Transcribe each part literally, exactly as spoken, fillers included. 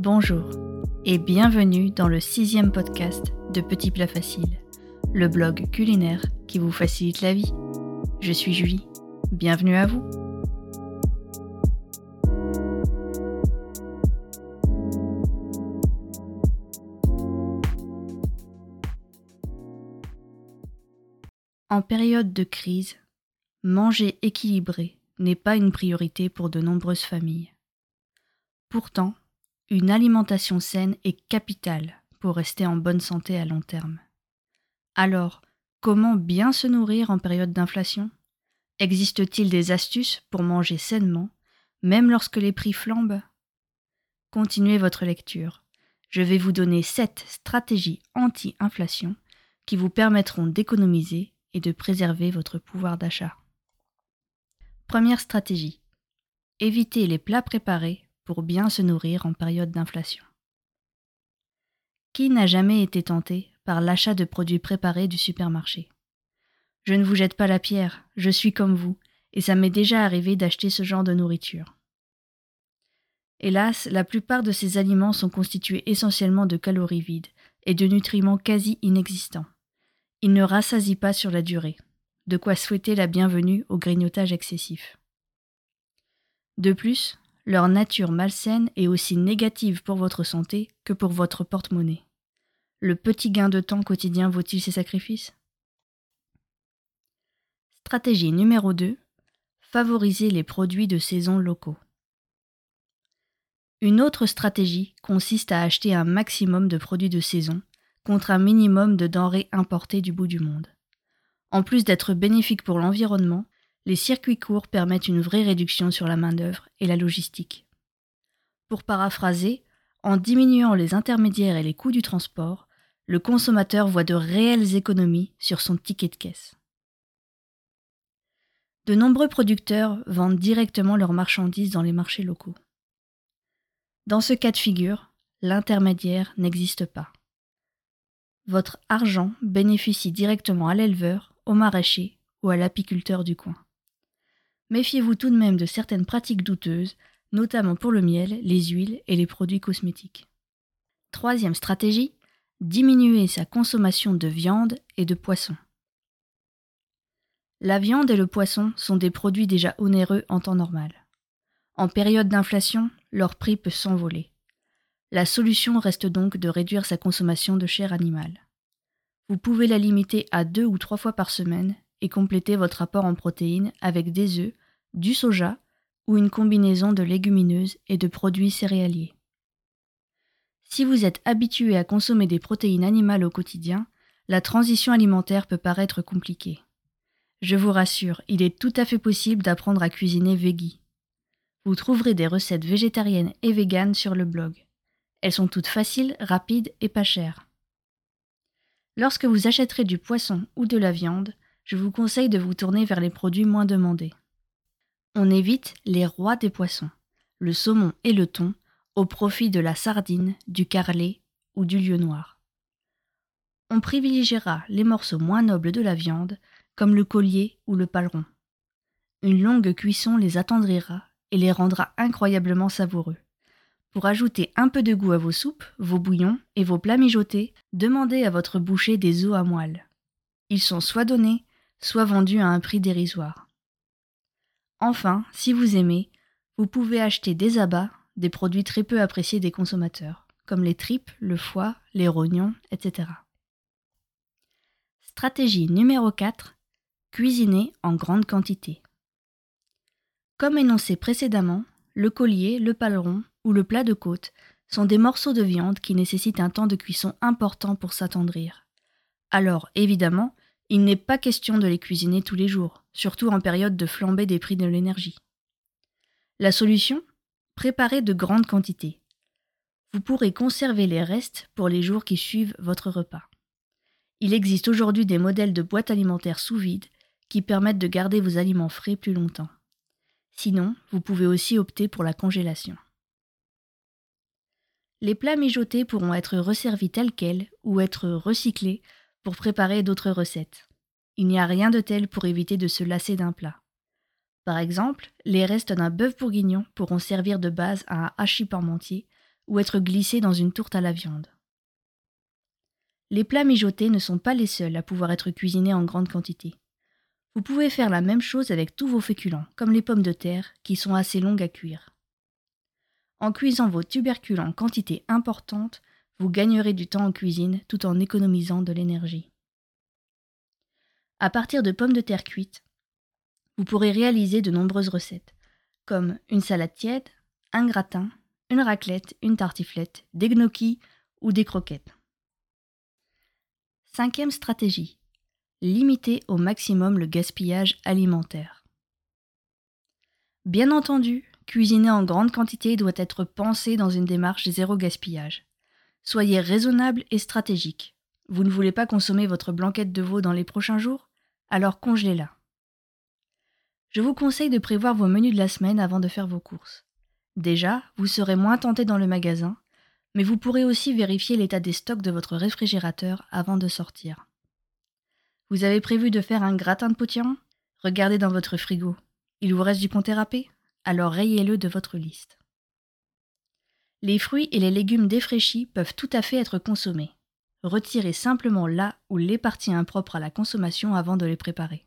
Bonjour et bienvenue dans le sixième podcast de Petits Plats Faciles, le blog culinaire qui vous facilite la vie. Je suis Julie, bienvenue à vous. En période de crise, manger équilibré n'est pas une priorité pour de nombreuses familles. Pourtant, une alimentation saine est capitale pour rester en bonne santé à long terme. Alors, comment bien se nourrir en période d'inflation ? Existe-t-il des astuces pour manger sainement, même lorsque les prix flambent ? Continuez votre lecture. Je vais vous donner sept stratégies anti-inflation qui vous permettront d'économiser et de préserver votre pouvoir d'achat. Première stratégie. Évitez les plats préparés pour bien se nourrir en période d'inflation. Qui n'a jamais été tenté par l'achat de produits préparés du supermarché ? Je ne vous jette pas la pierre, je suis comme vous, et ça m'est déjà arrivé d'acheter ce genre de nourriture. Hélas, la plupart de ces aliments sont constitués essentiellement de calories vides et de nutriments quasi inexistants. Ils ne rassasient pas sur la durée, de quoi souhaiter la bienvenue au grignotage excessif. De plus, leur nature malsaine est aussi négative pour votre santé que pour votre porte-monnaie. Le petit gain de temps quotidien vaut-il ces sacrifices ? Stratégie numéro deux. Favoriser les produits de saison locaux. Une autre stratégie consiste à acheter un maximum de produits de saison contre un minimum de denrées importées du bout du monde. En plus d'être bénéfiques pour l'environnement, les circuits courts permettent une vraie réduction sur la main-d'œuvre et la logistique. Pour paraphraser, en diminuant les intermédiaires et les coûts du transport, le consommateur voit de réelles économies sur son ticket de caisse. De nombreux producteurs vendent directement leurs marchandises dans les marchés locaux. Dans ce cas de figure, l'intermédiaire n'existe pas. Votre argent bénéficie directement à l'éleveur, au maraîcher ou à l'apiculteur du coin. Méfiez-vous tout de même de certaines pratiques douteuses, notamment pour le miel, les huiles et les produits cosmétiques. Troisième stratégie, diminuer sa consommation de viande et de poisson. La viande et le poisson sont des produits déjà onéreux en temps normal. En période d'inflation, leur prix peut s'envoler. La solution reste donc de réduire sa consommation de chair animale. Vous pouvez la limiter à deux ou trois fois par semaine et compléter votre apport en protéines avec des œufs, du soja ou une combinaison de légumineuses et de produits céréaliers. Si vous êtes habitué à consommer des protéines animales au quotidien, la transition alimentaire peut paraître compliquée. Je vous rassure, il est tout à fait possible d'apprendre à cuisiner veggie. Vous trouverez des recettes végétariennes et véganes sur le blog. Elles sont toutes faciles, rapides et pas chères. Lorsque vous achèterez du poisson ou de la viande, je vous conseille de vous tourner vers les produits moins demandés. On évite les rois des poissons, le saumon et le thon, au profit de la sardine, du carlet ou du lieu noir. On privilégiera les morceaux moins nobles de la viande, comme le collier ou le paleron. Une longue cuisson les attendrira et les rendra incroyablement savoureux. Pour ajouter un peu de goût à vos soupes, vos bouillons et vos plats mijotés, demandez à votre boucher des os à moelle. Ils sont soit donnés, soit vendus à un prix dérisoire. Enfin, si vous aimez, vous pouvez acheter des abats, des produits très peu appréciés des consommateurs, comme les tripes, le foie, les rognons, et cetera. Stratégie numéro quatre. Cuisiner en grande quantité. Comme énoncé précédemment, le collier, le paleron ou le plat de côte sont des morceaux de viande qui nécessitent un temps de cuisson important pour s'attendrir. Alors, évidemment, il n'est pas question de les cuisiner tous les jours, surtout en période de flambée des prix de l'énergie. La solution ? Préparez de grandes quantités. Vous pourrez conserver les restes pour les jours qui suivent votre repas. Il existe aujourd'hui des modèles de boîtes alimentaires sous vide qui permettent de garder vos aliments frais plus longtemps. Sinon, vous pouvez aussi opter pour la congélation. Les plats mijotés pourront être resservis tels quels ou être recyclés pour préparer d'autres recettes. Il n'y a rien de tel pour éviter de se lasser d'un plat. Par exemple, les restes d'un bœuf bourguignon pourront servir de base à un hachis parmentier ou être glissés dans une tourte à la viande. Les plats mijotés ne sont pas les seuls à pouvoir être cuisinés en grande quantité. Vous pouvez faire la même chose avec tous vos féculents, comme les pommes de terre, qui sont assez longues à cuire. En cuisant vos tubercules en quantité importante, vous gagnerez du temps en cuisine tout en économisant de l'énergie. À partir de pommes de terre cuites, vous pourrez réaliser de nombreuses recettes, comme une salade tiède, un gratin, une raclette, une tartiflette, des gnocchis ou des croquettes. Cinquième stratégie. Limiter au maximum le gaspillage alimentaire. Bien entendu, cuisiner en grande quantité doit être pensé dans une démarche zéro gaspillage. Soyez raisonnable et stratégique. Vous ne voulez pas consommer votre blanquette de veau dans les prochains jours? Alors congelez-la. Je vous conseille de prévoir vos menus de la semaine avant de faire vos courses. Déjà, vous serez moins tenté dans le magasin, mais vous pourrez aussi vérifier l'état des stocks de votre réfrigérateur avant de sortir. Vous avez prévu de faire un gratin de potiron? Regardez dans votre frigo. Il vous reste du comté râpé? Alors rayez-le de votre liste. Les fruits et les légumes défraîchis peuvent tout à fait être consommés. Retirez simplement la ou les parties impropres à la consommation avant de les préparer.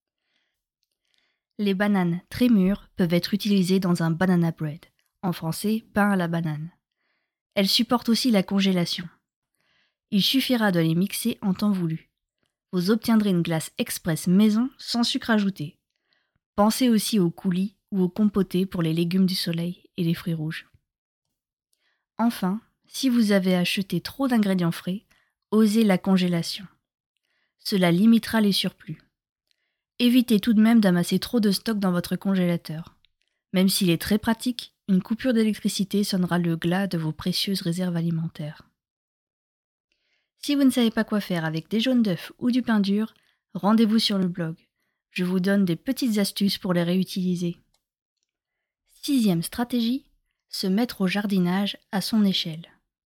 Les bananes très mûres peuvent être utilisées dans un banana bread, en français pain à la banane. Elles supportent aussi la congélation. Il suffira de les mixer en temps voulu. Vous obtiendrez une glace express maison sans sucre ajouté. Pensez aussi aux coulis ou aux compotés pour les légumes du soleil et les fruits rouges. Enfin, si vous avez acheté trop d'ingrédients frais, osez la congélation. Cela limitera les surplus. Évitez tout de même d'amasser trop de stock dans votre congélateur. Même s'il est très pratique, une coupure d'électricité sonnera le glas de vos précieuses réserves alimentaires. Si vous ne savez pas quoi faire avec des jaunes d'œufs ou du pain dur, rendez-vous sur le blog. Je vous donne des petites astuces pour les réutiliser. Sixième stratégie, se mettre au jardinage à son échelle.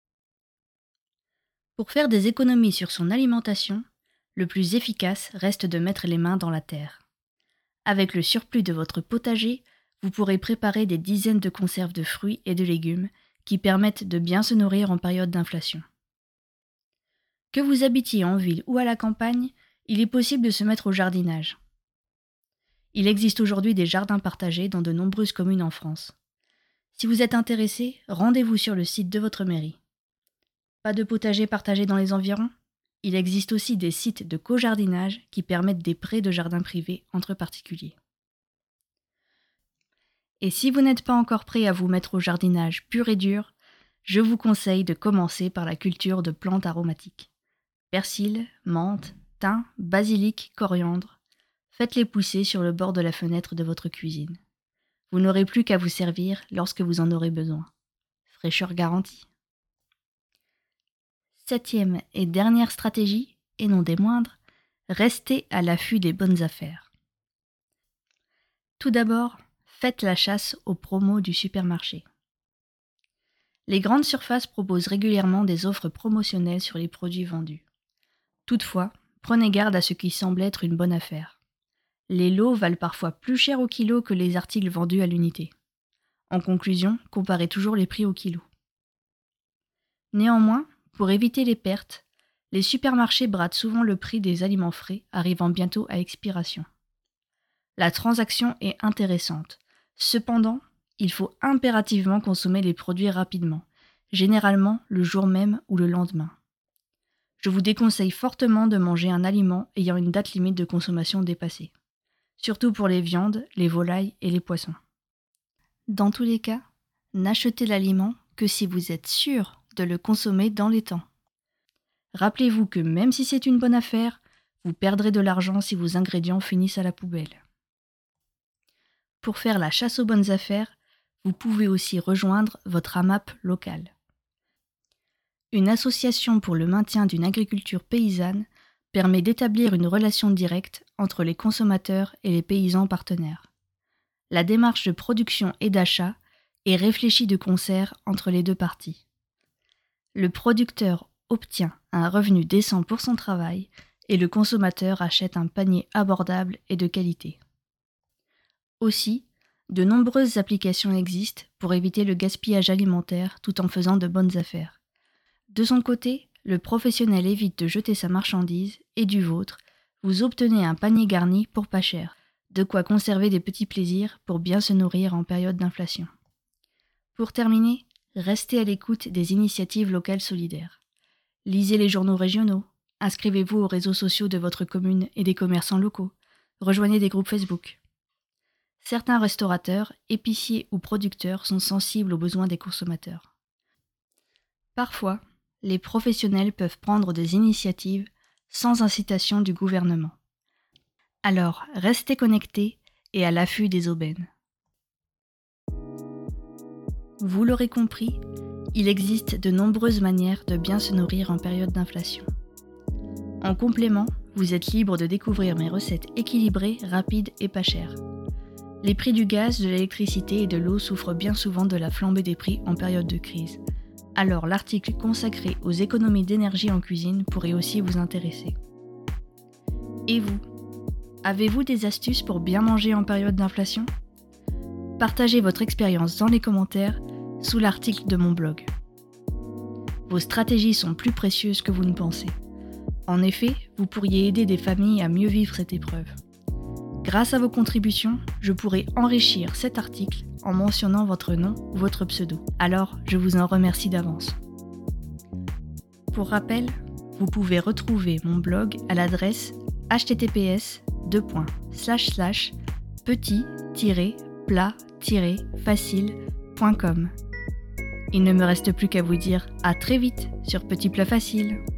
Pour faire des économies sur son alimentation, le plus efficace reste de mettre les mains dans la terre. Avec le surplus de votre potager, vous pourrez préparer des dizaines de conserves de fruits et de légumes qui permettent de bien se nourrir en période d'inflation. Que vous habitiez en ville ou à la campagne, il est possible de se mettre au jardinage. Il existe aujourd'hui des jardins partagés dans de nombreuses communes en France. Si vous êtes intéressé, rendez-vous sur le site de votre mairie. Pas de potager partagé dans les environs? Il existe aussi des sites de co-jardinage qui permettent des prêts de jardins privés entre particuliers. Et si vous n'êtes pas encore prêt à vous mettre au jardinage pur et dur, je vous conseille de commencer par la culture de plantes aromatiques. Persil, menthe, thym, basilic, coriandre. Faites-les pousser sur le bord de la fenêtre de votre cuisine. Vous n'aurez plus qu'à vous servir lorsque vous en aurez besoin. Fraîcheur garantie. Septième et dernière stratégie, et non des moindres, restez à l'affût des bonnes affaires. Tout d'abord, faites la chasse aux promos du supermarché. Les grandes surfaces proposent régulièrement des offres promotionnelles sur les produits vendus. Toutefois, prenez garde à ce qui semble être une bonne affaire. Les lots valent parfois plus cher au kilo que les articles vendus à l'unité. En conclusion, comparez toujours les prix au kilo. Néanmoins, pour éviter les pertes, les supermarchés bradent souvent le prix des aliments frais arrivant bientôt à expiration. La transaction est intéressante. Cependant, il faut impérativement consommer les produits rapidement, généralement le jour même ou le lendemain. Je vous déconseille fortement de manger un aliment ayant une date limite de consommation dépassée, surtout pour les viandes, les volailles et les poissons. Dans tous les cas, n'achetez l'aliment que si vous êtes sûr de le consommer dans les temps. Rappelez-vous que même si c'est une bonne affaire, vous perdrez de l'argent si vos ingrédients finissent à la poubelle. Pour faire la chasse aux bonnes affaires, vous pouvez aussi rejoindre votre AMAP locale. Une association pour le maintien d'une agriculture paysanne permet d'établir une relation directe entre les consommateurs et les paysans partenaires. La démarche de production et d'achat est réfléchie de concert entre les deux parties. Le producteur obtient un revenu décent pour son travail et le consommateur achète un panier abordable et de qualité. Aussi, De nombreuses applications existent pour éviter le gaspillage alimentaire tout en faisant de bonnes affaires. De son côté, le professionnel évite de jeter sa marchandise et du vôtre, vous obtenez un panier garni pour pas cher, de quoi conserver des petits plaisirs pour bien se nourrir en période d'inflation. Pour terminer, restez à l'écoute des initiatives locales solidaires. Lisez les journaux régionaux, inscrivez-vous aux réseaux sociaux de votre commune et des commerçants locaux, rejoignez des groupes Facebook. Certains restaurateurs, épiciers ou producteurs sont sensibles aux besoins des consommateurs. Parfois, les professionnels peuvent prendre des initiatives sans incitation du gouvernement. Alors, restez connectés et à l'affût des aubaines. Vous l'aurez compris, il existe de nombreuses manières de bien se nourrir en période d'inflation. En complément, vous êtes libre de découvrir mes recettes équilibrées, rapides et pas chères. Les prix du gaz, de l'électricité et de l'eau souffrent bien souvent de la flambée des prix en période de crise. Alors l'article consacré aux économies d'énergie en cuisine pourrait aussi vous intéresser. Et vous ? Avez-vous des astuces pour bien manger en période d'inflation ? Partagez votre expérience dans les commentaires sous l'article de mon blog. Vos stratégies sont plus précieuses que vous ne pensez. En effet, vous pourriez aider des familles à mieux vivre cette épreuve. Grâce à vos contributions, je pourrai enrichir cet article en mentionnant votre nom ou votre pseudo. Alors, je vous en remercie d'avance. Pour rappel, vous pouvez retrouver mon blog à l'adresse h t t p s deux points slash slash petit tiret plat tiret facile point com. Il ne me reste plus qu'à vous dire à très vite sur Petit Plat Facile.